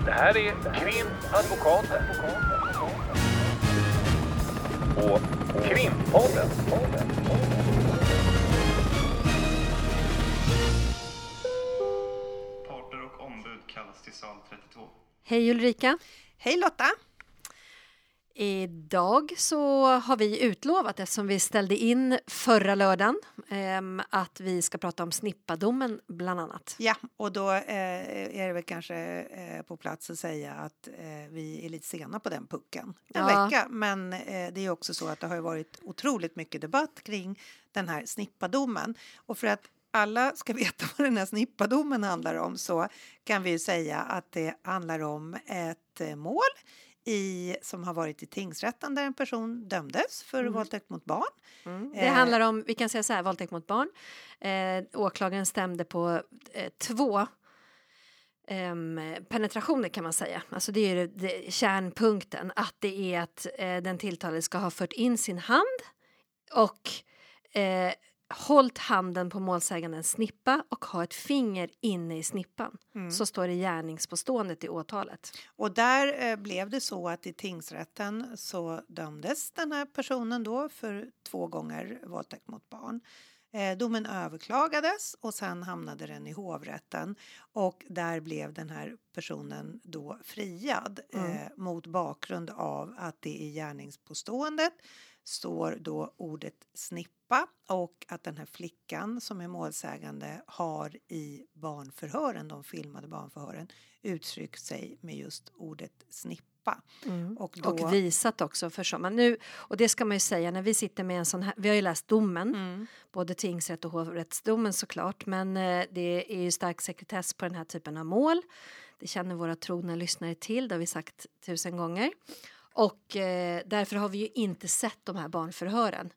Det här är Krimadvokaten. Och Krimpodden. Parter och ombud kallas till sal 32. Hej Ulrika. Hej Lotta. Idag så har vi utlovat, eftersom vi ställde in förra lördagen, att vi ska prata om snippadomen bland annat. Ja, och då är det väl kanske på plats att säga att vi är lite sena på den pucken. En vecka, men det är också så att det har varit otroligt mycket debatt kring den här snippadomen. Och för att alla ska veta vad den här snippadomen handlar om, så kan vi ju säga att det handlar om ett mål som har varit i tingsrätten där en person dömdes för våldtäkt mot barn. Det handlar om, vi kan säga så här, våldtäkt mot barn. Åklagaren stämde på 2 penetrationer kan man säga. Alltså det är det kärnpunkten, att det är att den tilltalade ska ha fört in sin hand och hållit handen på målsägandens snippa och ha ett finger inne i snippan. Så står det gärningspåståendet i åtalet. Och där blev det så att i tingsrätten så dömdes den här personen då för 2 gånger våldtäkt mot barn. Domen överklagades och sen hamnade den i hovrätten, och där blev den här personen då friad mot bakgrund av att det i gärningspåståendet står då ordet snippa, och att den här flickan som är målsägande har i barnförhören, de filmade barnförhören, uttryckt sig med just ordet snippa. Och visat också för så. Men nu, och det ska man ju säga, när vi sitter med en sån här, vi har ju läst domen, både tingsrätt och hovrättsdomen såklart, men det är ju stark sekretess på den här typen av mål. Det känner våra trogna lyssnare till, det har vi sagt 1000 gånger. Och därför har vi ju inte sett de här barnförhören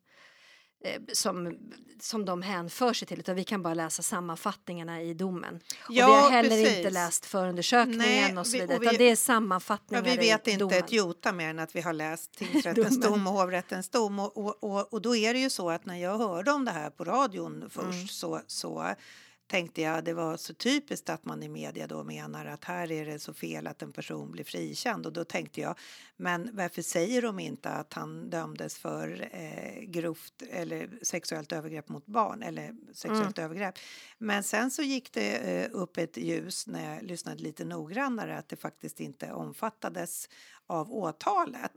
som de hänför sig till, utan vi kan bara läsa sammanfattningarna i domen. Ja, och vi har heller inte läst förundersökningen och så vidare, utan det är sammanfattningar i domen. Vi vet inte ett jota mer än att vi har läst tingsrättens dom och hovrättens dom. Och då är det ju så att när jag hörde om det här på radion först så tänkte jag, det var så typiskt att man i media då menar att här är det så fel att en person blir frikänd. Och då tänkte jag, men varför säger de inte att han dömdes för grovt eller sexuellt övergrepp mot barn eller sexuellt övergrepp? Men sen så gick det upp ett ljus när jag lyssnade lite noggrannare att det faktiskt inte omfattades av åtalet.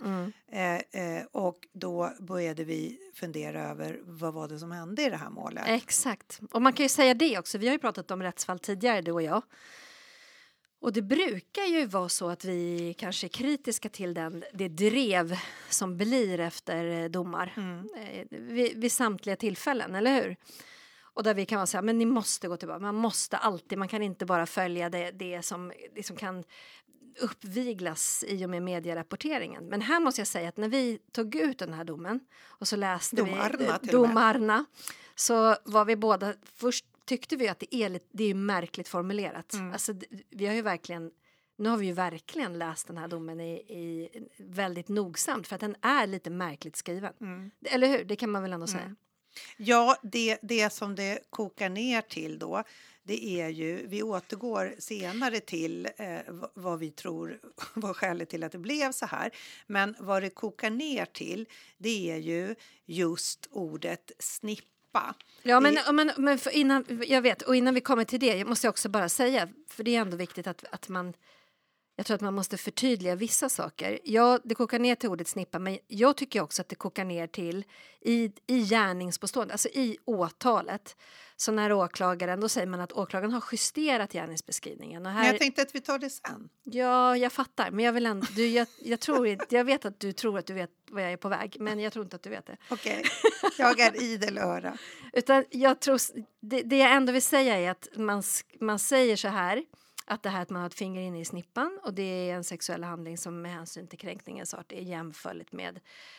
Och då började vi fundera över vad var det som hände i det här målet. Exakt. Och man kan ju säga det också. Vi har ju pratat om rättsfall tidigare, du och jag. Och det brukar ju vara så att vi kanske är kritiska till det drev som blir efter domar. Vid samtliga tillfällen, eller hur? Och där vi kan säga, men ni måste gå tillbaka. Man måste alltid, man kan inte bara följa det som kan uppviglas i och med medierapporteringen. Men här måste jag säga att när vi tog ut den här domen och så läste domarna, så var vi båda, först tyckte vi att det är märkligt formulerat. Alltså, vi har ju verkligen, nu har vi ju verkligen läst den här domen i väldigt nogsamt, för att den är lite märkligt skriven. Eller hur? Det kan man väl ändå säga. Ja, det som det kokar ner till då, det är ju, vi återgår senare till vad vi tror var skälet till att det blev så här. Men vad det kokar ner till, det är ju just ordet snippa. Ja, men för innan, jag vet, och innan vi kommer till det måste jag också bara säga, för det är ändå viktigt att man, jag tror att man måste förtydliga vissa saker. Ja, det kokar ner till ordet snippa, men jag tycker också att det kokar ner till i gärningspåståendet, alltså i åtalet. Så när åklagaren, då säger man att åklagaren har justerat gärningsbeskrivningen. Och här, men jag tänkte att vi tar det sen. Ja, jag fattar, men jag vill ändå, jag vet att du tror att du vet vad jag är på väg, men jag tror inte att du vet det. Okej, jag är idel öra. Utan jag tror, det jag ändå vill säga är att man säger så här, att det här att man har ett finger inne i snippan, och det är en sexuell handling som med hänsyn till kränkningens art är jämförligt med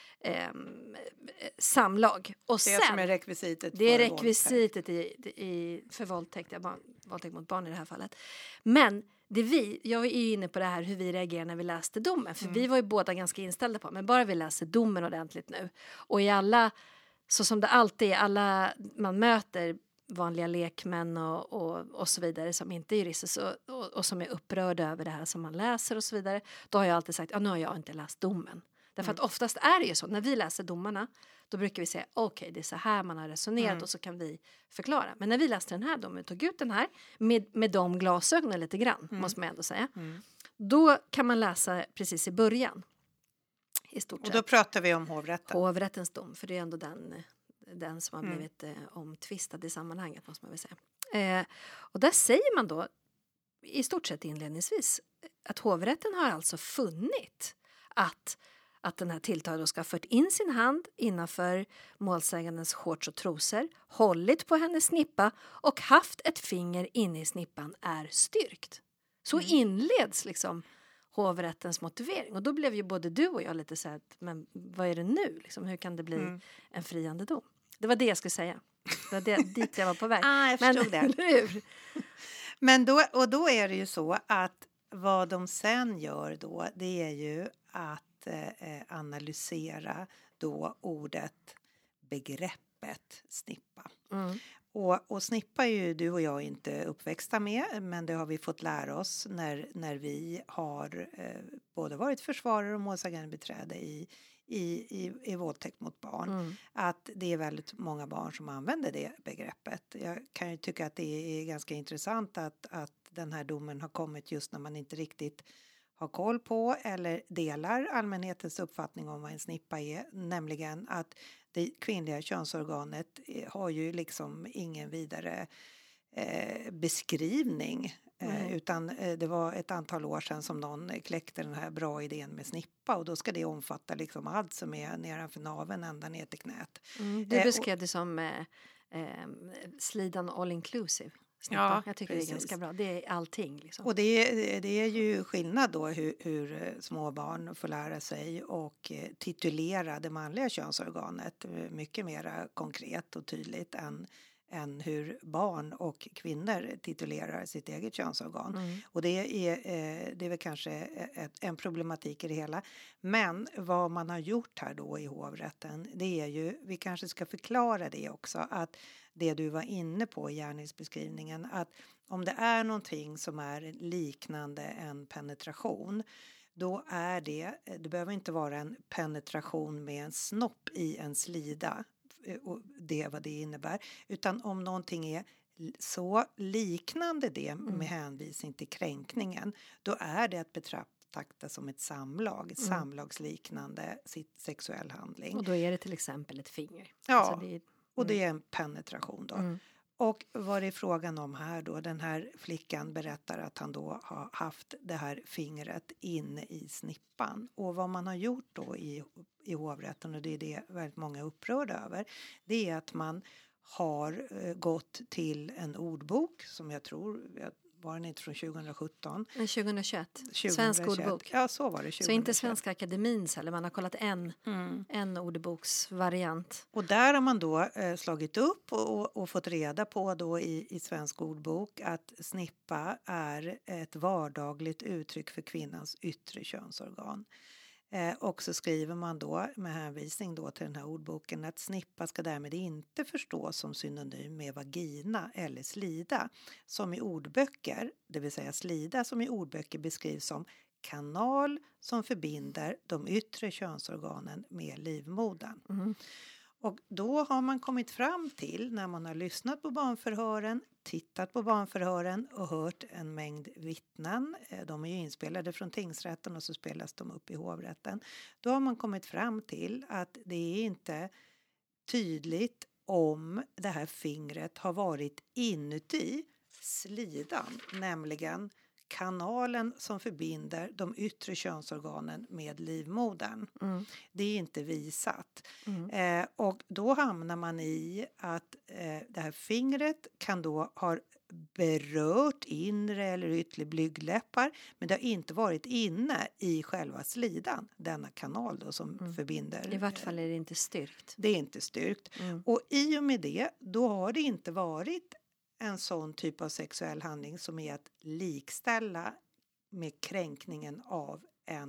samlag. Och det sen, som är rekvisitet. Det är rekvisitet för våldtäkt mot barn i det här fallet. Men jag är ju inne på det här hur vi reagerar när vi läste domen. För vi var ju båda ganska inställda på, men bara vi läser domen ordentligt nu. Och i alla, så som det alltid är, alla man möter vanliga lekmän och så vidare som inte är jurister och som är upprörda över det här som man läser och så vidare. Då har jag alltid sagt, nu har jag inte läst domen. Därför att oftast är det ju så, när vi läser domarna, då brukar vi säga, okej, det är så här man har resonerat och så kan vi förklara. Men när vi läste den här domen, tog ut den här med de glasögonen lite grann, måste man ändå säga. Då kan man läsa precis i början. I stort sett. Och då pratar vi om hovrätten. Hovrättens dom, för det är ändå den som har blivit omtvistad i sammanhanget, måste man väl säga. Och där säger man då, i stort sett inledningsvis, att hovrätten har alltså funnit att den här tilltalade ska ha fört in sin hand innanför målsägandens shorts och trosor, hållit på hennes snippa och haft ett finger inne i snippan är styrkt. Så inleds liksom hovrättens motivering. Och då blev ju både du och jag lite så här, men vad är det nu? Liksom, hur kan det bli en friande dom? Det var det jag skulle säga. Det var dit jag var på väg. Jag förstod det. Hur? Men då är det ju så att vad de sen gör då, det är ju att analysera då begreppet snippa. Och snippa är ju du och jag inte uppväxta med, men det har vi fått lära oss när vi har både varit försvarare och målsägandebiträde i våldtäkt mot barn. Att det är väldigt många barn som använder det begreppet. Jag kan ju tycka att det är ganska intressant att den här domen har kommit just när man inte riktigt har koll på eller delar allmänhetens uppfattning om vad en snippa är, nämligen att det kvinnliga könsorganet har ju liksom ingen vidare beskrivning, utan det var ett antal år sedan som någon kläckte den här bra idén med snippa, och då ska det omfatta liksom allt som är nedanför naveln ända ner till knät. Du beskrev det som slidan all inclusive. Ja, jag tycker precis. Det är ganska bra. Det är allting. Liksom. Och det är ju skillnad då hur små barn får lära sig och titulera det manliga könsorganet mycket mer konkret och tydligt än hur barn och kvinnor titulerar sitt eget könsorgan. Och det är väl kanske en problematik i det hela. Men vad man har gjort här då i hovrätten, det är ju, vi kanske ska förklara det också, att det du var inne på i gärningsbeskrivningen, att om det är någonting som är liknande en penetration, då är det behöver inte vara en penetration med en snopp i en slida, och det är vad det innebär, utan om någonting är så liknande det med hänvisning till kränkningen, då är det att betrakta som ett samlagsliknande sexuell handling. Och då är det till exempel ett finger. Ja, alltså och det är en penetration då. Och vad det är frågan om här då, den här flickan berättar att han då har haft det här fingret inne i snippan. Och vad man har gjort då i hovrätten, och det är det väldigt många är upprörda över, det är att man har gått till en ordbok som jag tror, var den inte från 2017? 2021. Svensk ordbok. Ja, så var det. 2021. Så inte Svenska Akademins heller. Man har kollat en ordboksvariant. Och där har man då slagit upp och fått reda på då i Svensk ordbok att snippa är ett vardagligt uttryck för kvinnans yttre könsorgan. Och så skriver man då med hänvisning då till den här ordboken att snippa ska därmed inte förstås som synonym med vagina eller slida, som i ordböcker, det vill säga slida som i ordböcker beskrivs som kanal som förbinder de yttre könsorganen med livmodern. Och då har man kommit fram till, när man har lyssnat på barnförhören, tittat på barnförhören och hört en mängd vittnen, de är ju inspelade från tingsrätten och så spelas de upp i hovrätten. Då har man kommit fram till att det är inte tydligt om det här fingret har varit inuti slidan, nämligen kanalen som förbinder de yttre könsorganen med livmodern. Det är inte visat. Och då hamnar man i att det här fingret kan då ha berört inre eller yttre blygdläppar, men det har inte varit inne i själva slidan, denna kanal då som förbinder. I vart fall är det inte styrkt. Det är inte styrkt. Och i och med det, då har det inte varit en sån typ av sexuell handling som är att likställa med kränkningen av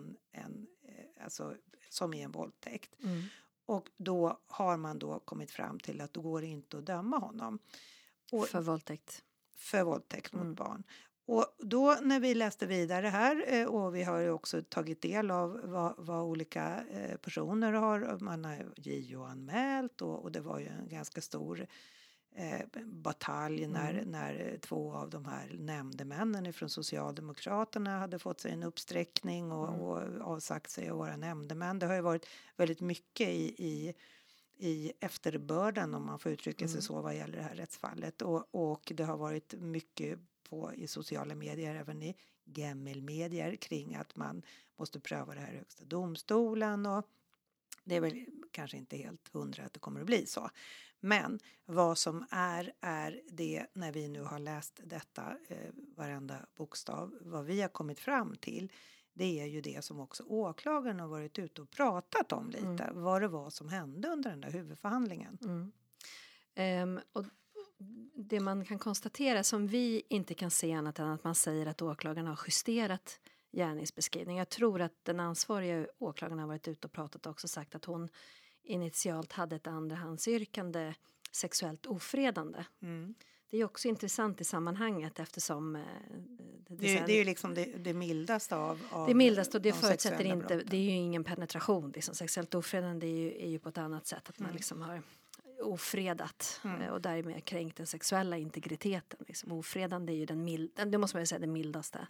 alltså som i en våldtäkt. Och då har man då kommit fram till att det går inte att döma honom. För våldtäkt. För våldtäkt mot barn. Och då när vi läste vidare här och vi har ju också tagit del av vad olika personer har, man har JO-anmält och det var ju en ganska stor batalj när 2 av de här nämndemännen från Socialdemokraterna hade fått sig en uppsträckning och avsagt sig att vara nämndemän. Det har ju varit väldigt mycket i efterbörden, om man får uttrycka sig så, vad gäller det här rättsfallet. Och det har varit mycket i sociala medier, även i gammelmedier, kring att man måste pröva det här i högsta domstolen. Och det är väl kanske inte helt 100 att det kommer att bli så. Men vad som är det, när vi nu har läst detta, varenda bokstav, vad vi har kommit fram till, det är ju det som också åklagaren har varit ute och pratat om lite. Vad det var som hände under den där huvudförhandlingen. Och det man kan konstatera, som vi inte kan se annat än att man säger att åklagaren har justerat gärningsbeskrivning. Jag tror att den ansvariga åklagaren har varit ute och pratat och också sagt att hon initialt hade ett andrahandsyrkande sexuellt ofredande. Det är också intressant i sammanhanget, eftersom det är ju liksom det mildaste av det mildaste, och det förutsätter inte brotten. Det är ju ingen penetration liksom. Sexuellt ofredande är ju på ett annat sätt, att man liksom har ofredat och därmed kränkt den sexuella integriteten liksom. Ofredande är ju det måste man ju säga, det mildaste.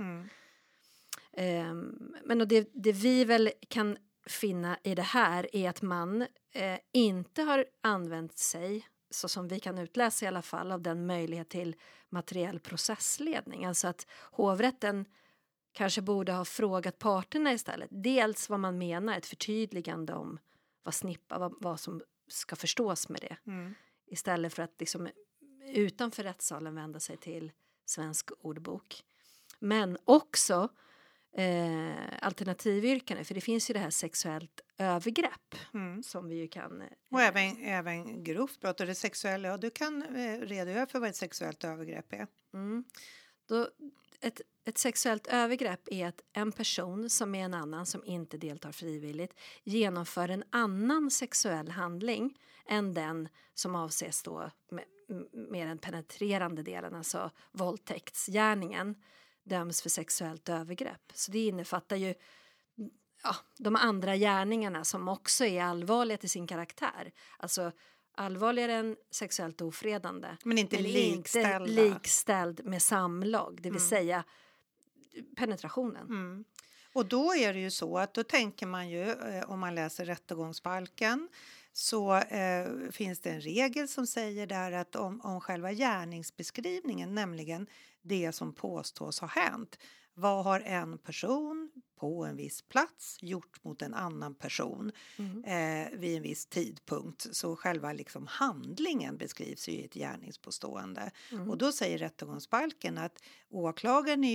Men och det vi väl kan finna i det här är att man inte har använt sig, så som vi kan utläsa i alla fall, av den möjlighet till materiell processledning. Alltså att hovrätten kanske borde ha frågat parterna istället. Dels vad man menar, ett förtydligande om vad som ska förstås med det. Istället för att liksom utanför rättssalen vända sig till Svensk ordbok. Men också alternativyrkande, för det finns ju det här sexuellt övergrepp som vi ju kan... Och även grovt brott, och det sexuella, ja, du kan redogöra för vad ett sexuellt övergrepp är. Då, ett sexuellt övergrepp är att en person som är en annan, som inte deltar frivilligt, genomför en annan sexuell handling än den som avses då med den penetrerande delen, alltså våldtäktsgärningen, döms för sexuellt övergrepp. Så det innefattar ju de andra gärningarna som också är allvarliga till sin karaktär. Alltså allvarligare än sexuellt ofredande. Men inte likställd med samlag, det vill säga penetrationen. Och då är det ju så att då tänker man ju, om man läser rättegångsbalken, så finns det en regel som säger där att om själva gärningsbeskrivningen, nämligen det som påstås ha hänt, vad har en person på en viss plats gjort mot en annan person vid en viss tidpunkt, så själva liksom handlingen beskrivs ju i ett gärningspåstående. Och då säger rättegångsbalken att åklagaren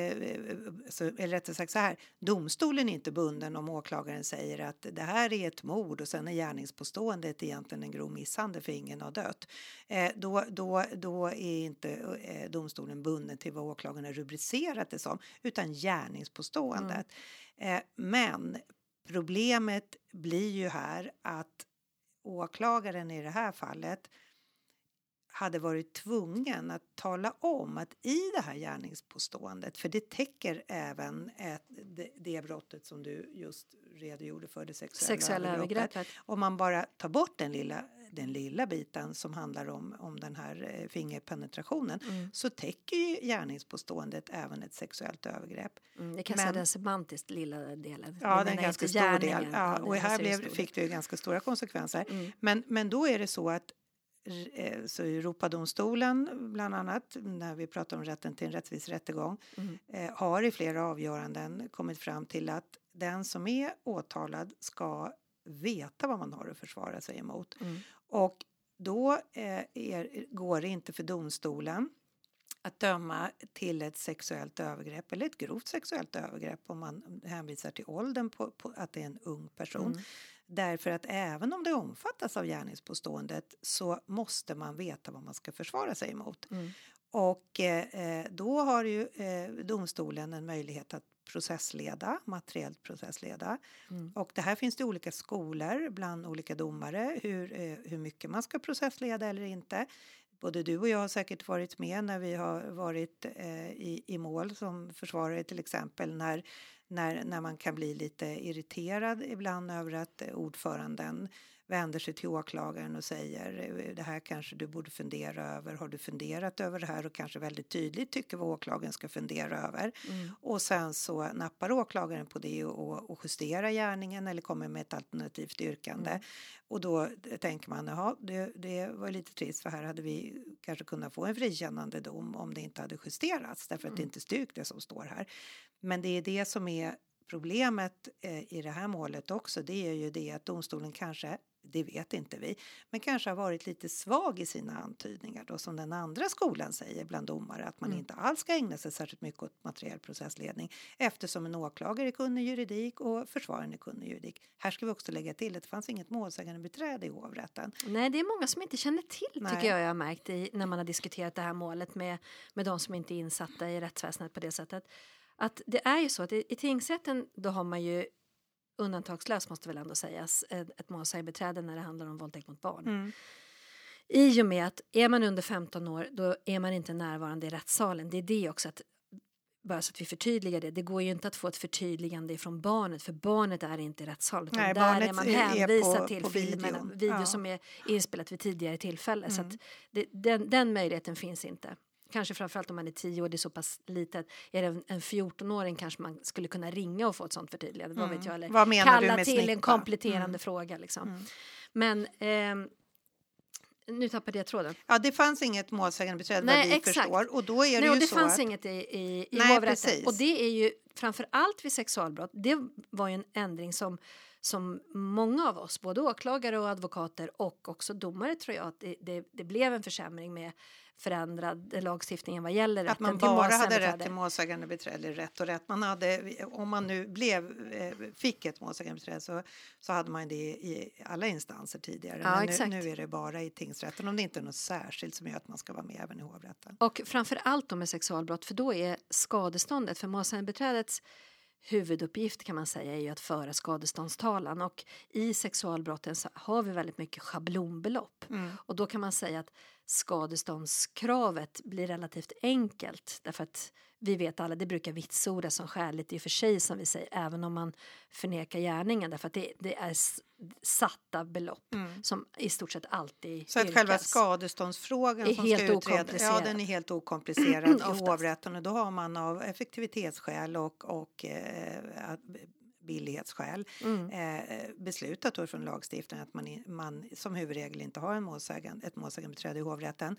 eller rättare sagt så här, domstolen är inte bunden om åklagaren säger att det här är ett mord och sen är gärningspåståendet egentligen en grov misshandel för ingen har dött. Då är inte domstolen bunden till vad åklagaren har rubricerat det som, utan gärningspåståendet. Men problemet blir ju här att åklagaren i det här fallet hade varit tvungen att tala om att i det här gärningspåståendet, för det täcker även det brottet som du just redogjorde för, det sexuella övergreppet. Om man bara tar bort den lilla biten som handlar om den här fingerpenetrationen, så täcker ju gärningspåståendet även ett sexuellt övergrepp. Det kan säga den semantiskt lilla delen. Ja, den ganska stor del. Ja, och här fick det ju ganska stora konsekvenser. Men då är det så att så Europadomstolen bland annat, när vi pratar om rätten till en rättvis rättegång, har i flera avgöranden kommit fram till att den som är åtalad ska veta vad man har att försvara sig emot. Och då går det inte för domstolen att döma till ett sexuellt övergrepp eller ett grovt sexuellt övergrepp om man hänvisar till åldern på att det är en ung person. Därför att även om det omfattas av gärningspåståendet så måste man veta vad man ska försvara sig emot. Och då har ju domstolen en möjlighet att materiellt processleda. Och det här finns det olika skolor bland olika domare hur mycket man ska processleda eller inte. både du och jag har säkert varit med när vi har varit i mål som försvarare till exempel, när man kan bli lite irriterad ibland över att ordföranden vänder sig till åklagaren och säger det här kanske du borde fundera över. Har du funderat över det här? Och kanske väldigt tydligt tycker vad åklagaren ska fundera över. Och sen så nappar åklagaren på det och justerar gärningen eller kommer med ett alternativt yrkande. Och då tänker man, jaha, det var lite trist för här hade vi kanske kunnat få en frikännande dom om det inte hade justerats. Därför att det inte styrkt det som står här. Men det är det som är problemet i det här målet också. Det är ju det att domstolen kanske, det vet inte vi, men kanske har varit lite svag i sina antydningar då, som den andra skolan säger bland domare, att man inte alls ska ägna sig särskilt mycket åt materiell processledning eftersom en åklagare kunde juridik och försvararen kunde juridik. Här ska vi också lägga till att det fanns inget målsägande beträde i hovrätten. Nej, det är många som inte känner till, tycker jag har märkt när man har diskuterat det här målet med de som inte är insatta i rättsväsendet på det sättet. Att det är ju så att i tingsrätten då har man ju undantagslöst, måste väl ändå sägas, ett målsägandebiträde när det handlar om våldtäkt mot barn. I och med att är man under 15 år då är man inte närvarande i rättssalen. Det är det också, att bara så att vi förtydligar det. Det går ju inte att få ett förtydligande från barnet, för barnet är inte i rättssalen. Nej, där är man hänvisad till på filmen, video som är inspelat vid tidigare tillfälle. Så att den möjligheten finns inte. Kanske framförallt om man är 10 år, det är så pass litet. Är det en 14-åring kanske man skulle kunna ringa och få ett sånt förtydligande. Vad vet jag, eller vad menar kalla du med till snippa? en kompletterande fråga. Liksom. Men nu tappade jag tråden. Ja, det fanns inget målsägandebiträde vad vi förstår. Och då är det ju det så fanns att... inget i Nej, hovrätten. precis. Och det är ju framförallt vid sexualbrott. Det var ju en ändring som många av oss, både åklagare och advokater och också domare, tror jag att det blev en försämring med förändrad lagstiftningen vad gäller rätten till målsägandebiträde. Att man bara hade rätt till målsägandebiträde, rätt och rätt. Man hade, om man nu fick ett målsägandebiträde så hade man det i alla instanser tidigare. Ja, men nu är det bara i tingsrätten, om det inte är något särskilt som gör att man ska vara med även i hovrätten. Och framförallt då med sexualbrott, för då är skadeståndet för målsägandebiträdets huvuduppgift, kan man säga, är ju att föra skadeståndstalan, och i sexualbrotten så har vi väldigt mycket schablonbelopp. Och då kan man säga att skadeståndskravet blir relativt enkelt, därför att vi vet alla, det brukar vitsordas som skäligt i och för sig, som vi säger, även om man förnekar gärningen, därför att det är satta belopp som i stort sett alltid så att själva skadeståndsfrågan är som helt ska utredas, den är helt okomplicerad i hovrätten, och då har man av effektivitetsskäl och billighetsskäl beslutat då från lagstiftaren att man som huvudregel inte har ett målsägandebiträde i hovrätten.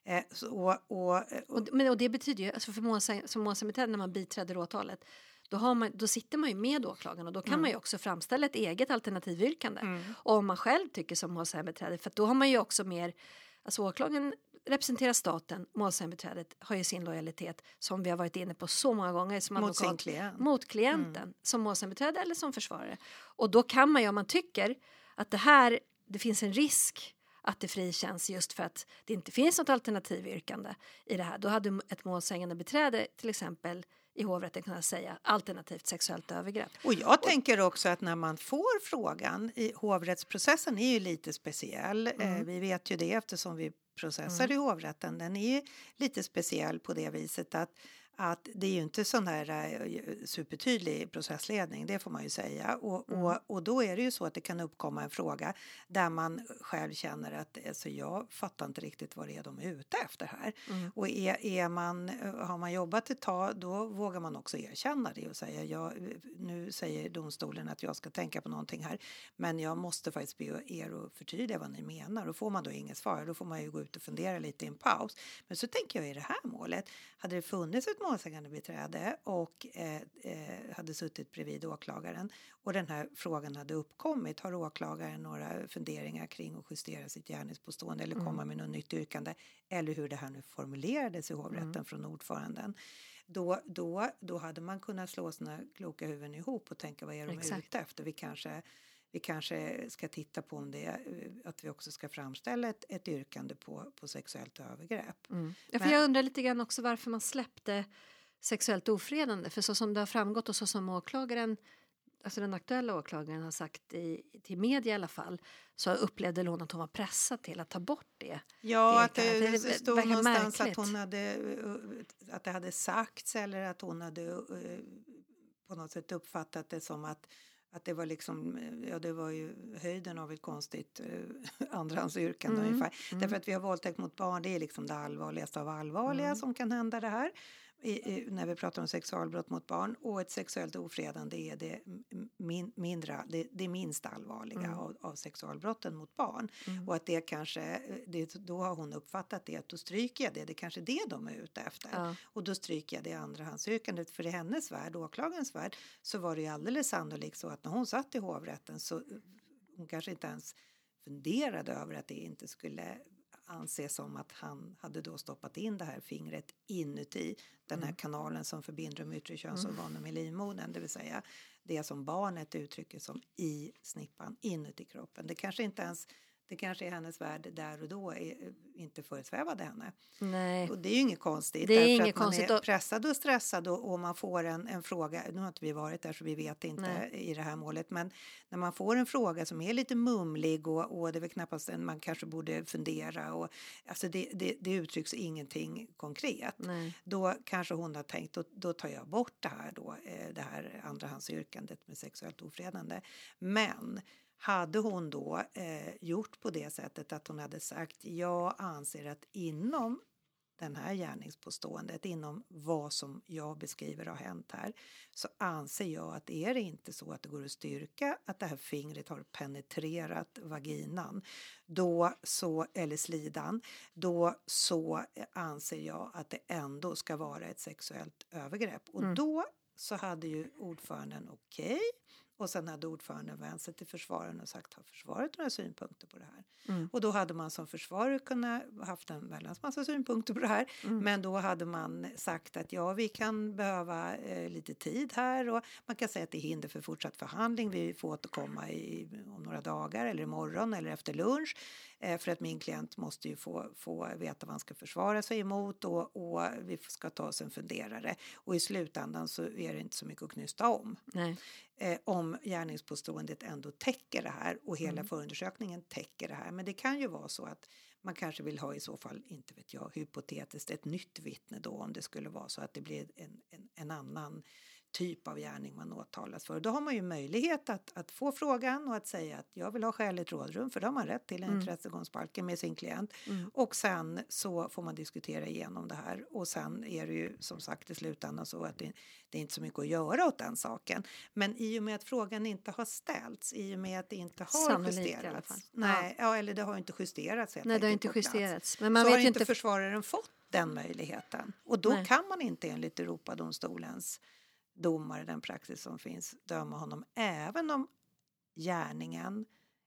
Men det betyder ju, alltså som målsägandebiträde, när man biträder åtalet, då sitter man ju med åklagaren, och då kan man ju också framställa ett eget alternativyrkande. Och om man själv tycker som målsägandebiträde, för då har man ju också mer, alltså åklagaren representerar staten, målsägandebiträdet har ju sin lojalitet, som vi har varit inne på så många gånger, som advokat, mot klienten, som målsägandebiträde eller som försvarare. Och då kan man ju, om man tycker att det finns en risk att det frikänns just för att det inte finns något alternativyrkande i det här, då hade ett målsägandebiträde till exempel i hovrätten kunna säga alternativt sexuellt övergrepp. Och jag tänker också att när man får frågan, i hovrättsprocessen är ju lite speciell. Vi vet ju det eftersom vi processar i hovrätten. Den är ju lite speciell på det viset att det är ju inte sån här supertydlig processledning, det får man ju säga. Och då är det ju så att det kan uppkomma en fråga där man själv känner att alltså, jag fattar inte riktigt vad det är de är ute efter här. Och har man jobbat ett tag, då vågar man också erkänna det och säga, nu säger domstolen att jag ska tänka på någonting här, men jag måste faktiskt be er att förtydliga vad ni menar. Och får man då inget svar, då får man ju gå ut och fundera lite i en paus. Men så tänker jag i det här målet, hade det funnits ett målsägandebiträde och hade suttit bredvid åklagaren och den här frågan hade uppkommit, har åklagaren några funderingar kring att justera sitt gärningspåstående eller komma med något nytt yrkande, eller hur det här nu formulerades i hovrätten från ordföranden, då hade man kunnat slå sina kloka huvuden ihop och tänka, vad är de ute efter? Vi kanske ska titta på om att vi också ska framställa ett yrkande på sexuellt övergrepp. Ja, för jag undrar lite grann också varför man släppte sexuellt ofredande. För så som det har framgått och så som åklagaren alltså den aktuella åklagaren har sagt till media i alla fall, så upplevde hon att hon var pressad till att ta bort det. Ja, att det stod någonstans märkligt. att det hade sagts, eller att hon hade på något sätt uppfattat det som att det var liksom, ja, det var ju höjden av ett konstigt andrahandsyrkande ungefär. Därför att vi har våldtäkt mot barn, det är liksom det allvarligaste av allvarliga som kan hända det här. När vi pratar om sexualbrott mot barn, och ett sexuellt ofredande är det det minst allvarliga av sexualbrotten mot barn. Och att det kanske, då har hon uppfattat det, att då stryker jag det är kanske det de är ute efter. Och då stryker jag det andrahandsyrkandet, för i hennes värld, åklagarens värld, så var det ju alldeles sannolikt så att när hon satt i hovrätten, så hon kanske inte ens funderade över att det inte skulle anses som att han hade då stoppat in det här fingret inuti den här kanalen som förbinder de yttre könsorganen med livmodern, det vill säga det som barnet uttrycker som i snippan inuti kroppen. Det kanske är hennes värld där och då inte föresvävade henne. Nej. Och det är ju inget konstigt. Det är därför inget att man konstigt. är pressad och stressad och man får en fråga. Nu har inte vi varit där så vi vet inte i det här målet. Men när man får en fråga som är lite mumlig och det är väl knappast man kanske borde fundera. Och, alltså det uttrycks ingenting konkret. Nej. Då kanske hon har tänkt, då tar jag bort det här andrahandsyrkandet med sexuellt ofredande. Men hade hon då gjort på det sättet att hon hade sagt, jag anser att inom den här gärningspåståendet, inom vad som jag beskriver har hänt här, så anser jag att är det inte så att det går att styrka att det här fingret har penetrerat vaginan, eller slidan, då så anser jag att det ändå ska vara ett sexuellt övergrepp. Och då så hade ju ordföranden okej. Och sen hade ordföranden vänt sig till försvararen och sagt, har försvaret några synpunkter på det här? Och då hade man som försvarare kunnat haft en väldans massa synpunkter på det här. Men då hade man sagt att ja, vi kan behöva lite tid här. Och man kan säga att det är hinder för fortsatt förhandling. Vi får återkomma om några dagar eller imorgon eller efter lunch. För att min klient måste ju få veta vad han ska försvara sig emot. Och vi ska ta oss en funderare. Och i slutändan så är det inte så mycket att knysta om. Nej. Om gärningspåståendet ändå täcker det här och hela förundersökningen täcker det här. Men det kan ju vara så att man kanske vill ha i så fall, inte vet jag, hypotetiskt ett nytt vittne då, om det skulle vara så att det blir en annan typ av gärning man åtalas för. Då har man ju möjlighet att få frågan och att säga att jag vill ha skäligt rådrum, för då har man rätt till en rättegångsbalken med sin klient. Och sen så får man diskutera igenom det här. Och sen är det ju som sagt i slutändan så att det är inte så mycket att göra åt den saken. Men i och med att frågan inte har ställts, i och med att det inte har sannolikt justerats. I alla fall. Nej, eller det har inte justerats. Nej, det har inte justerats. Men man så vet har inte försvararen fått den möjligheten. Och då kan man inte enligt Europadomstolens domare, den praxis som finns, döma honom även om gärningen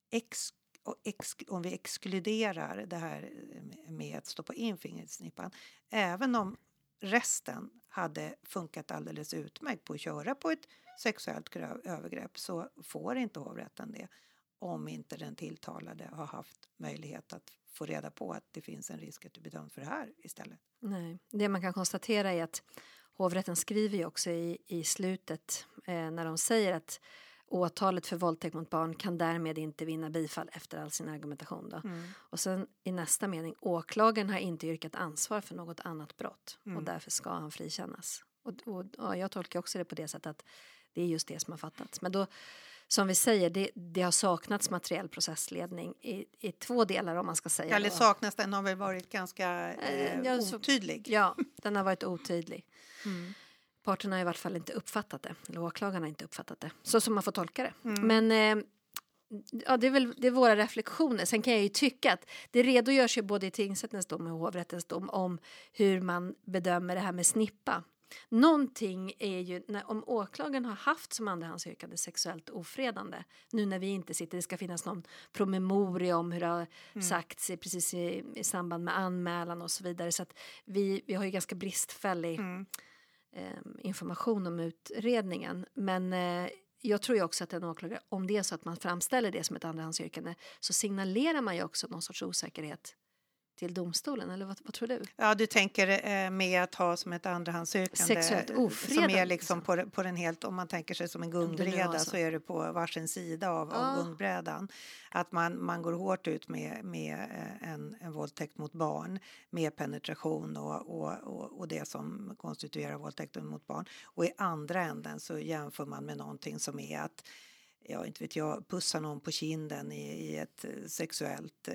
om vi exkluderar det här med att stoppa in fingret i snippan, även om resten hade funkat alldeles utmärkt på att köra på ett sexuellt övergrepp, så får inte hovrätten det om inte den tilltalade har haft möjlighet att få reda på att det finns en risk att du blir dömd för det här istället. Nej, det man kan konstatera är att hovrätten skriver ju också i slutet när de säger att åtalet för våldtäkt mot barn kan därmed inte vinna bifall efter all sin argumentation. Då. Och sen i nästa mening, åklagaren har inte yrkat ansvar för något annat brott och därför ska han frikännas. Och jag tolkar också det på det sättet att det är just det som har fattats. Men då, som vi säger, det har saknats materiell processledning i två delar, om man ska säga. Eller saknas, den har väl varit ganska otydlig. Ja, den har varit otydlig. Parterna har i vart fall inte uppfattat det. Eller åklagarna har inte uppfattat det. Så som man får tolka det. Men ja, det är våra reflektioner. Sen kan jag ju tycka att det redogörs ju både i tingsrättens dom och hovrättens dom om hur man bedömer det här med snippa. Någonting är ju, om åklagaren har haft som andrahandsyrkande sexuellt ofredande, nu när vi inte sitter, det ska finnas någon promemoria om hur det har sagts precis i samband med anmälan och så vidare, så att vi har ju ganska bristfällig information om utredningen, men jag tror ju också att en åklagare, om det är så att man framställer det som ett andrahandsyrkande, så signalerar man ju också någon sorts osäkerhet till domstolen, eller vad tror du? Ja, du tänker med att ha som ett andrahandsyrkande Sexuellt ofredande, som är liksom på den helt, om man tänker sig som en gungbräda så är det på varsin sida av gungbrädan. Att man går hårt ut med en våldtäkt mot barn med penetration och det som konstituerar våldtäkten mot barn. Och i andra änden så jämför man med någonting som är att inte vet jag, pussa någon på kinden i ett sexuellt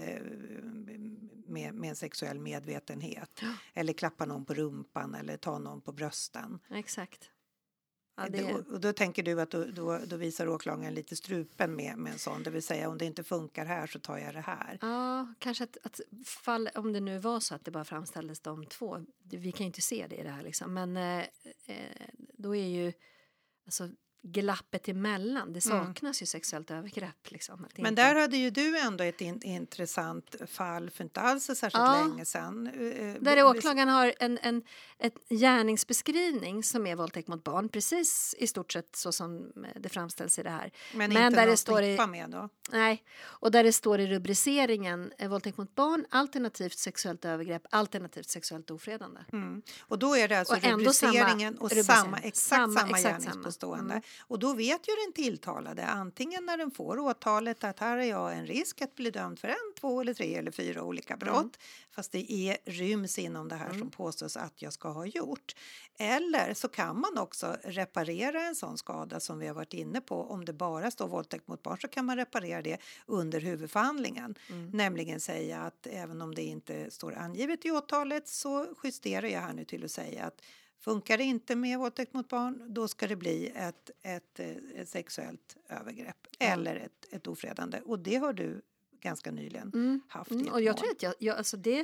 med en sexuell medvetenhet. Ja. Eller klappa någon på rumpan eller ta någon på brösten. Exakt. Ja, och då tänker du att då visar åklagaren lite strupen med en sån. Det vill säga om det inte funkar här så tar jag det här. Ja, kanske att om det nu var så att det bara framställdes de två. Vi kan ju inte se det i det här liksom. Men då är ju alltså glappet emellan. Det saknas ju sexuellt övergrepp. Liksom. Men där hade ju du ändå ett intressant fall för inte alls så särskilt länge sedan. Där åklagaren har en gärningsbeskrivning som är våldtäkt mot barn. Precis i stort sett så som det framställs i det här. Men inte där det står med då? Nej, och där det står i rubriceringen våldtäkt mot barn, alternativt sexuellt övergrepp, alternativt sexuellt ofredande. Och då är det alltså rubriceringen och exakt samma gärningspåstående. Och då vet ju den tilltalade antingen när den får åtalet att här är jag en risk att bli dömd för 1, 2 eller 3 eller 4 olika brott. Fast det ryms inom det här som påstås att jag ska ha gjort. Eller så kan man också reparera en sån skada som vi har varit inne på. Om det bara står våldtäkt mot barn så kan man reparera det under huvudförhandlingen. Nämligen säga att även om det inte står angivet i åtalet så justerar jag här nu till att säga att funkar det inte med våldtäkt mot barn, då ska det bli ett sexuellt övergrepp eller ett ofredande. Och det har du ganska nyligen haft. Och jag tror att alltså det,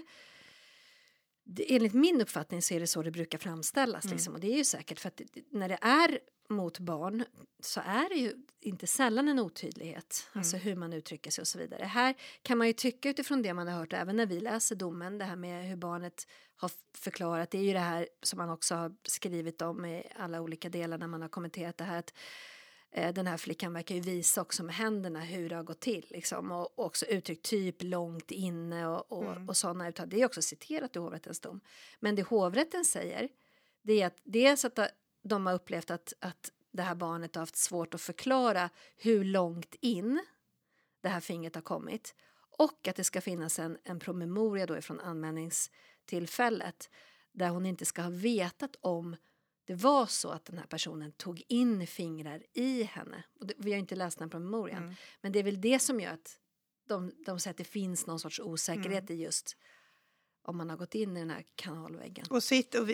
enligt min uppfattning så är det så det brukar framställas. Liksom. Och det är ju säkert för att när det är mot barn så är det ju inte sällan en otydlighet. Alltså hur man uttrycker sig och så vidare. Här kan man ju tycka utifrån det man har hört även när vi läser domen. Det här med hur barnet har förklarat. Det är ju det här som man också har skrivit om i alla olika delar när man har kommenterat det här. Att den här flickan verkar ju visa också med händerna hur det har gått till. Liksom, och också uttryckt typ långt inne och sådana uttal. Det är också citerat i hovrättens dom. Men det hovrätten säger det är att dels att de har upplevt att det här barnet har haft svårt att förklara hur långt in det här fingret har kommit. Och att det ska finnas en promemoria då ifrån anmälningstillfället där hon inte ska ha vetat om det var så att den här personen tog in fingrar i henne. Och vi har inte läst den promemorian. Men det är väl det som gör att de säger att det finns någon sorts osäkerhet i just om man har gått in i den här kanalväggen. Och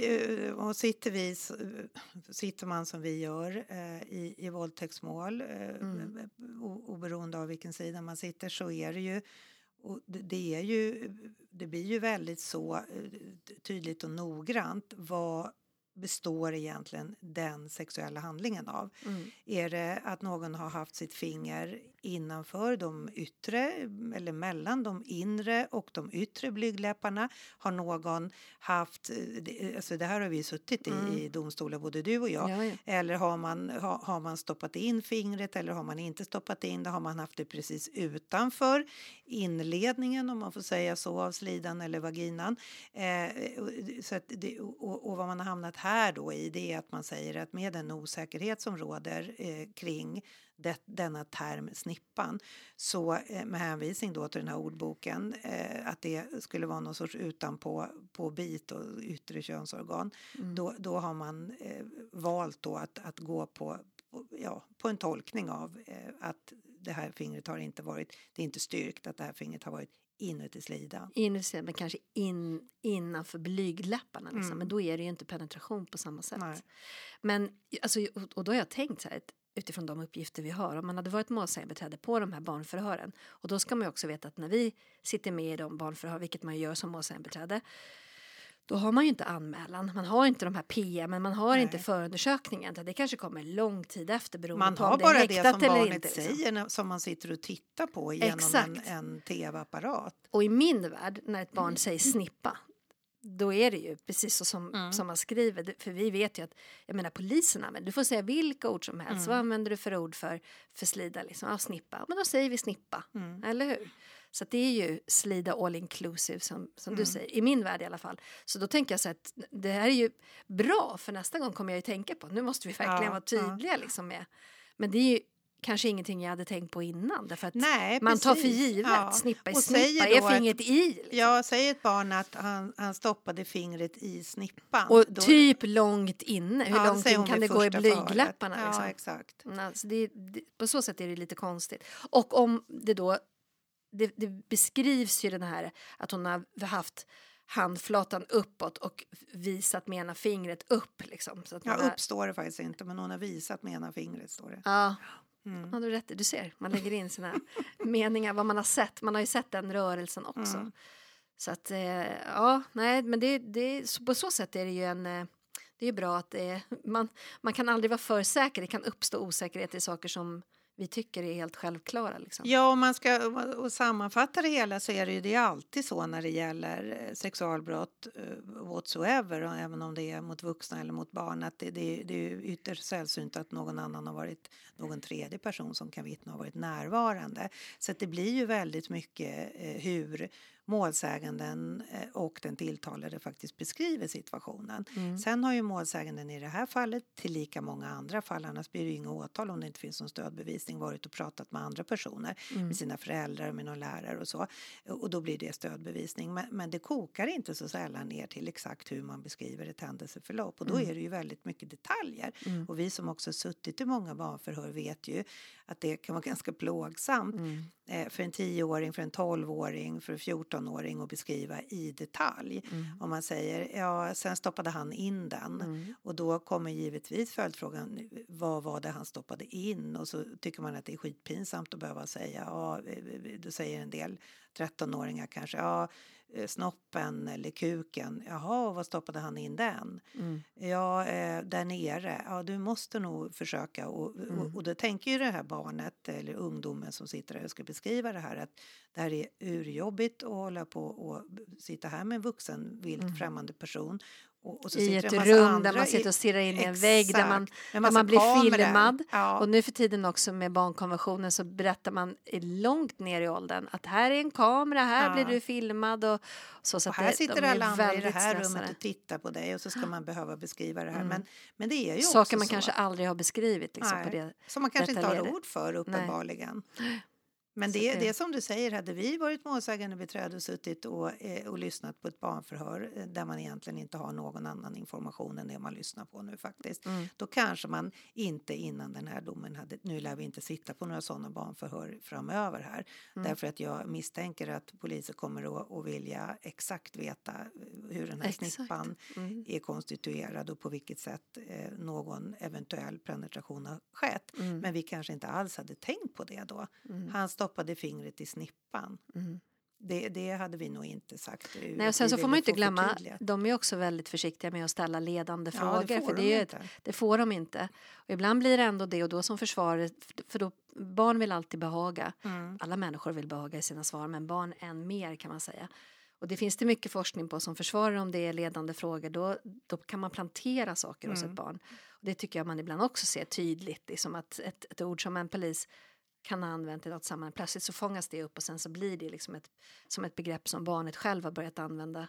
sitter man som vi gör i våldtäktsmål oberoende av vilken sida man sitter så är det ju och det blir ju väldigt så tydligt och noggrant vad består egentligen den sexuella handlingen av. Är det att någon har haft sitt finger innanför de yttre eller mellan de inre och de yttre blygdläpparna? Har någon haft, alltså det här har vi suttit i domstolen både du och jag, eller har man stoppat in fingret eller har man inte stoppat in det? Har man haft det precis utanför inledningen om man får säga så av slidan eller vaginan? Så att och vad man har hamnat här då i det är att man säger att med den osäkerhet som råder kring denna term snippan så med hänvisning då till den här ordboken att det skulle vara någon sorts utanpå bit och yttre könsorgan då har man valt då att gå på en tolkning av att det här fingret har inte varit, det är inte styrkt att det här fingret har varit inuti slidan. Inuti, men kanske innanför blygdläpparna. Liksom. Men då är det ju inte penetration på samma sätt. Nej. Men, alltså, och då har jag tänkt så här, utifrån de uppgifter vi har, om man hade varit målsägandebiträde på de här barnförhören, och då ska man ju också veta att när vi sitter med i de barnförhör, vilket man gör som målsägandebiträde, då har man ju inte anmälan, man har inte de här PM, men man har inte förundersökningen. Det kanske kommer lång tid efter beroende på om det är häktat eller inte. Man har bara det som barnet säger som man sitter och tittar på genom en tv-apparat. Och i min värld, när ett barn säger snippa, då är det ju precis så som man skriver. För vi vet ju att, jag menar polisen använder, du får säga vilka ord som helst. Vad använder du för ord för slida? Liksom? Ja, snippa. Men då säger vi snippa, eller hur? Så att det är ju slida all inclusive som du säger, i min värld i alla fall. Så då tänker jag så att det här är ju bra, för nästa gång kommer jag ju tänka på, nu måste vi verkligen vara tydliga liksom med. Men det är ju kanske ingenting jag hade tänkt på innan, därför att man tar för givet, snippa i snippa, är fingret i. Liksom. Ja, säger ett barn att han stoppade fingret i snippan. Och då, typ långt inne, hur långt in kan det gå i blygläpparna? Ja, liksom. exakt. Alltså på så sätt är det lite konstigt. Och om det då, det beskrivs ju den här, att hon har haft handflatan uppåt och visat med ena fingret upp. Liksom, så att upp står det faktiskt inte, men hon har visat med ena fingret, står det. Ja. Ja, du rätt. Du ser, man lägger in sina meningar, vad man har sett. Man har ju sett den rörelsen också. Så att, men på så sätt är det ju det är bra att man kan aldrig vara för säker. Det kan uppstå osäkerhet i saker som vi tycker är helt självklara. Liksom. Ja, om man ska och sammanfatta det hela, så är det alltid så när det gäller sexualbrott whatsoever, och även om det är mot vuxna eller mot barn, att det är ytterst sällsynt att någon annan har varit, någon tredje person som kan vittna har varit närvarande. Så att det blir ju väldigt mycket hur målsäganden och den tilltalade faktiskt beskriver situationen. Sen har ju målsäganden i det här fallet, till lika många andra fall, annars blir det ju inga åtal om det inte finns någon stödbevisning, varit och pratat med andra personer, med sina föräldrar, med någon lärare och så. Och då blir det stödbevisning. Men det kokar inte så sällan ner till exakt hur man beskriver ett händelseförlopp. Och då är det ju väldigt mycket detaljer. Och vi som också suttit i många barnförhör vet ju att det kan vara ganska plågsamt för en 10-åring, för en 12-åring, för en 14-åring att beskriva i detalj. Om man säger, sen stoppade han in den. Och då kommer givetvis följdfrågan, vad var det han stoppade in? Och så tycker man att det är skitpinsamt att behöva säga, då säger en del 13-åringar kanske, snoppen eller kuken. Jaha, vad stoppade han in den? Ja, där nere. Ja, du måste nog försöka. Och då tänker ju det här barnet eller ungdomen som sitter där och ska beskriva det här, att det här är urjobbigt att hålla på och sitta här med en vuxen vilt främmande person. Och så i ett rum där man sitter och stirrar in i en vägg, där man blir filmad. Och nu för tiden också med barnkonventionen så berättar man långt ner i åldern att här är en kamera, här blir du filmad. Och här sitter alla andra i det här rummet och tittar på dig, och så ska man behöva beskriva det här. Men det är ju saker också man så. kanske aldrig har beskrivit. Liksom, på det som man kanske inte har ord för uppenbarligen. Men det är som du säger, hade vi varit målsägande beträde och suttit och lyssnat på ett barnförhör där man egentligen inte har någon annan information än det man lyssnar på nu faktiskt. Då kanske man inte innan den här domen nu lär vi inte sitta på några sådana barnförhör framöver här. Därför att jag misstänker att polisen kommer att vilja exakt veta hur den här snippan är konstituerad och på vilket sätt någon eventuell penetration har skett. Men vi kanske inte alls hade tänkt på det då. Han stoppade fingret i snippan. Det hade vi nog inte sagt. Nej, och sen så får man inte glömma, de är också väldigt försiktiga med att ställa ledande frågor. Det får de inte. Och ibland blir det ändå det, och då som försvaret, för då barn vill alltid behaga. Alla människor vill behaga i sina svar, men barn än mer kan man säga. Och det finns det mycket forskning på som försvarar om det är ledande frågor. Då kan man plantera saker hos ett barn. Och det tycker jag man ibland också ser tydligt. Det är som att ett ord som en polis kan ha använt i något sammanhang. Plötsligt så fångas det upp och sen så blir det liksom som ett begrepp som barnet själv har börjat använda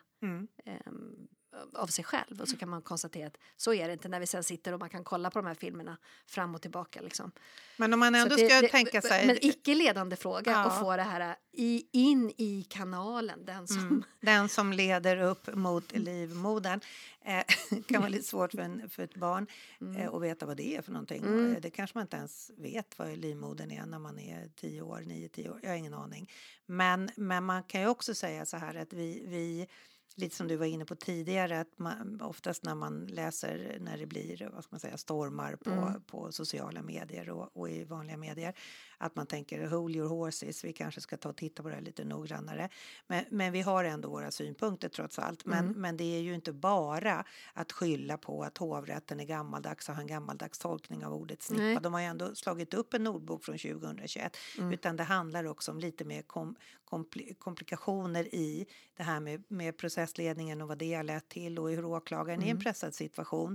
av sig själv. Och så kan man konstatera att så är det inte när vi sen sitter och man kan kolla på de här filmerna fram och tillbaka. Liksom. Men om man ändå ska tänka sig... Men icke-ledande fråga att få det här in i kanalen. Den som leder upp mot livmodern. Kan vara lite svårt för ett barn att veta vad det är för någonting. Det kanske man inte ens vet vad livmodern är när man är 9-10 år. Jag har ingen aning. Men man kan ju också säga så här att vi lite som du var inne på tidigare, att oftast när man läser när det blir stormar på sociala medier och i vanliga medier, att man tänker hold your horses, vi kanske ska ta och titta på det här lite noggrannare. Men vi har ändå våra synpunkter trots allt. Men det är ju inte bara att skylla på att hovrätten är gammaldags och har en gammaldags tolkning av ordet snippa. Nej. De har ju ändå slagit upp en ordbok från 2021. Utan det handlar också om lite mer komplikationer i det här med processledningen och vad det har lett till och hur åklagaren i en pressad situation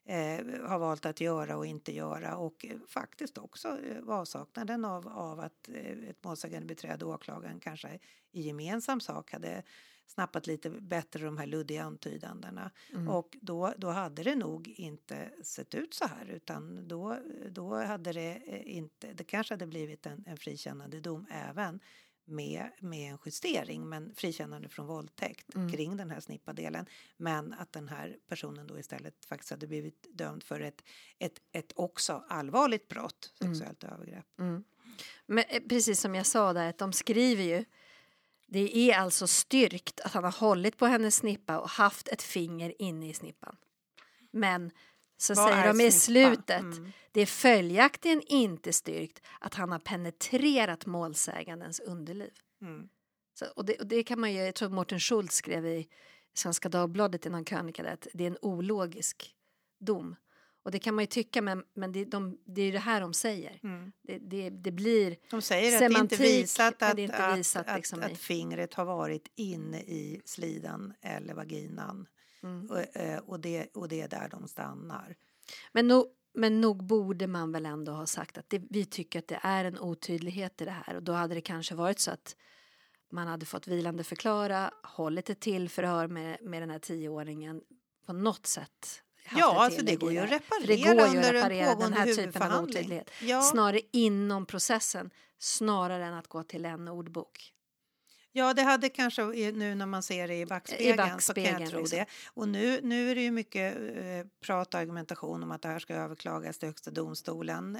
har valt att göra och inte göra, och faktiskt också avsaknaden av att ett målsägande beträde och åklagaren kanske i gemensam sak hade snappat lite bättre de här luddiga antydandena. Och då hade det nog inte sett ut så här, utan då hade det kanske hade blivit en frikännande dom även med en justering, men frikännande från våldtäkt kring den här snippadelen, men att den här personen då istället faktiskt hade blivit dömd för ett också allvarligt brott, sexuellt övergrepp. Men precis som jag sa där, att de skriver ju, det är alltså styrkt att han har hållit på hennes snippa och haft ett finger inne i snippan. Men så Vad säger är de i snippa? slutet, det är följaktligen inte styrkt att han har penetrerat målsägandens underliv. Så, och det kan man ju, jag tror Mårten Schultz skrev i Svenska Dagbladet i någon krönika att det är en ologisk dom. Och det kan man ju tycka, men det är ju det här de säger. Det blir de säger semantik, att det inte inte visat liksom att fingret har varit inne i slidan eller vaginan. Och det är där de stannar. Men nog borde man väl ändå ha sagt att vi tycker att det är en otydlighet i det här. Och då hade det kanske varit så att man hade fått vilande förklara, hållit ett till förhör med den här 10-åringen på något sätt. Ja, alltså det går ju att reparera under en pågående huvudförhandling. Ja. Snarare inom processen, snarare än att gå till en ordbok. Ja, det hade kanske nu när man ser det i backspegeln så kan jag tro liksom det. Och nu är det ju mycket prat och argumentation om att det här ska överklagas till Högsta domstolen.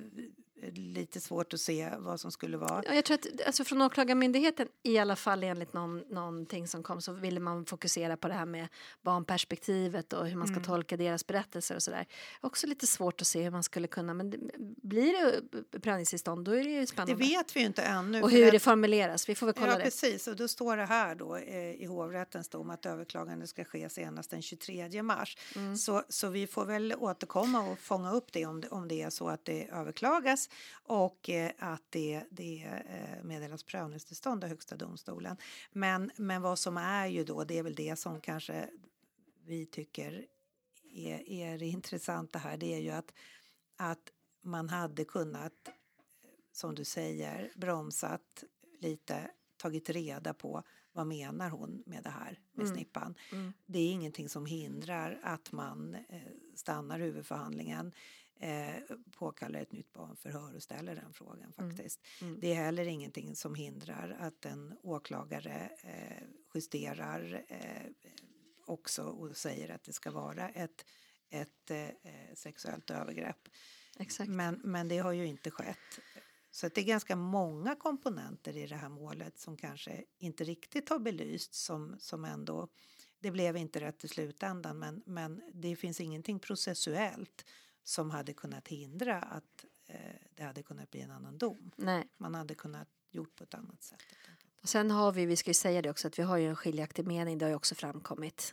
Lite svårt att se vad som skulle vara. Ja, jag tror att alltså från åklagarmyndigheten, i alla fall enligt någonting som kom, så ville man fokusera på det här med barnperspektivet och hur man ska tolka deras berättelser och sådär. Också lite svårt att se hur man skulle kunna, men blir det prövningstillstånd, då är det ju spännande. Det vet vi ju inte ännu. Och hur det formuleras, vi får väl kolla det. Ja, precis. Och då står det här då i hovrättens dom att överklagande ska ske senast den 23 mars. Så vi får väl återkomma och fånga upp det om det är så att det överklagas. Och att det meddelas prövningstillstånd av Högsta domstolen. Men vad som är ju då, det är väl det som kanske vi tycker är intressanta här. Det är ju att man hade kunnat, som du säger, bromsat lite, tagit reda på vad menar hon med det här med snippan. Det är ingenting som hindrar att man stannar huvudförhandlingen, påkallar ett nytt barnförhör och ställer den frågan faktiskt. Det är heller ingenting som hindrar att en åklagare justerar också och säger att det ska vara ett sexuellt övergrepp. Exakt. Men det har ju inte skett. Så att det är ganska många komponenter i det här målet som kanske inte riktigt har belyst, som ändå, det blev inte rätt i slutändan, men det finns ingenting processuellt som hade kunnat hindra att det hade kunnat bli en annan dom. Nej. Man hade kunnat gjort på ett annat sätt. Och sen har vi ska ju säga det också, att vi har ju en skiljaktig mening, det har ju också framkommit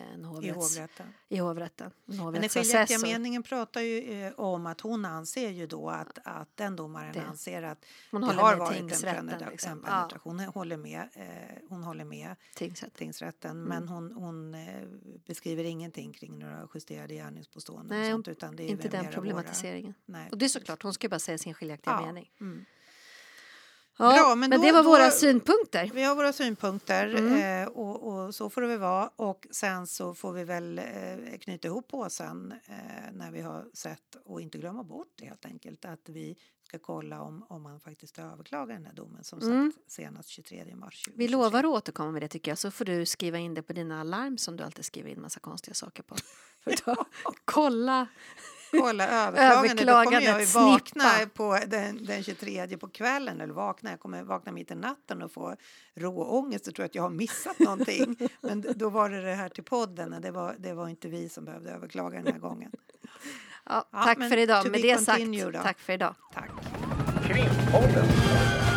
i hovrätten. Men den skiljaktiga meningen pratar ju om att hon anser ju då att den domaren anser att det har varit en penetration. Hon håller med tingsrätten, men hon beskriver ingenting kring några justerade gärningspåståenden. Nej, sånt, utan det är inte den problematiseringen. Nej, och det är såklart, hon ska bara säga sin skiljaktiga mening. Ja, bra, men det var våra synpunkter. Vi har våra synpunkter och så får det väl vara. Och sen så får vi väl knyta ihop påsen när vi har sett, och inte glömma bort det helt enkelt, att vi ska kolla om man faktiskt överklagar den här domen som sagt senast 23 mars 2023. Vi lovar att återkomma med det tycker jag, så får du skriva in det på dina alarm som du alltid skriver in massa konstiga saker på. För att kolla överklagande. Då kommer jag ju vakna på den 23 på kvällen, eller jag kommer vakna mitt i natten och få råångest och tror att jag har missat någonting. Men då var det här till podden, det var inte vi som behövde överklaga den här gången. Tack för idag. Med det sagt, tack för idag. Tack. Krimpodden.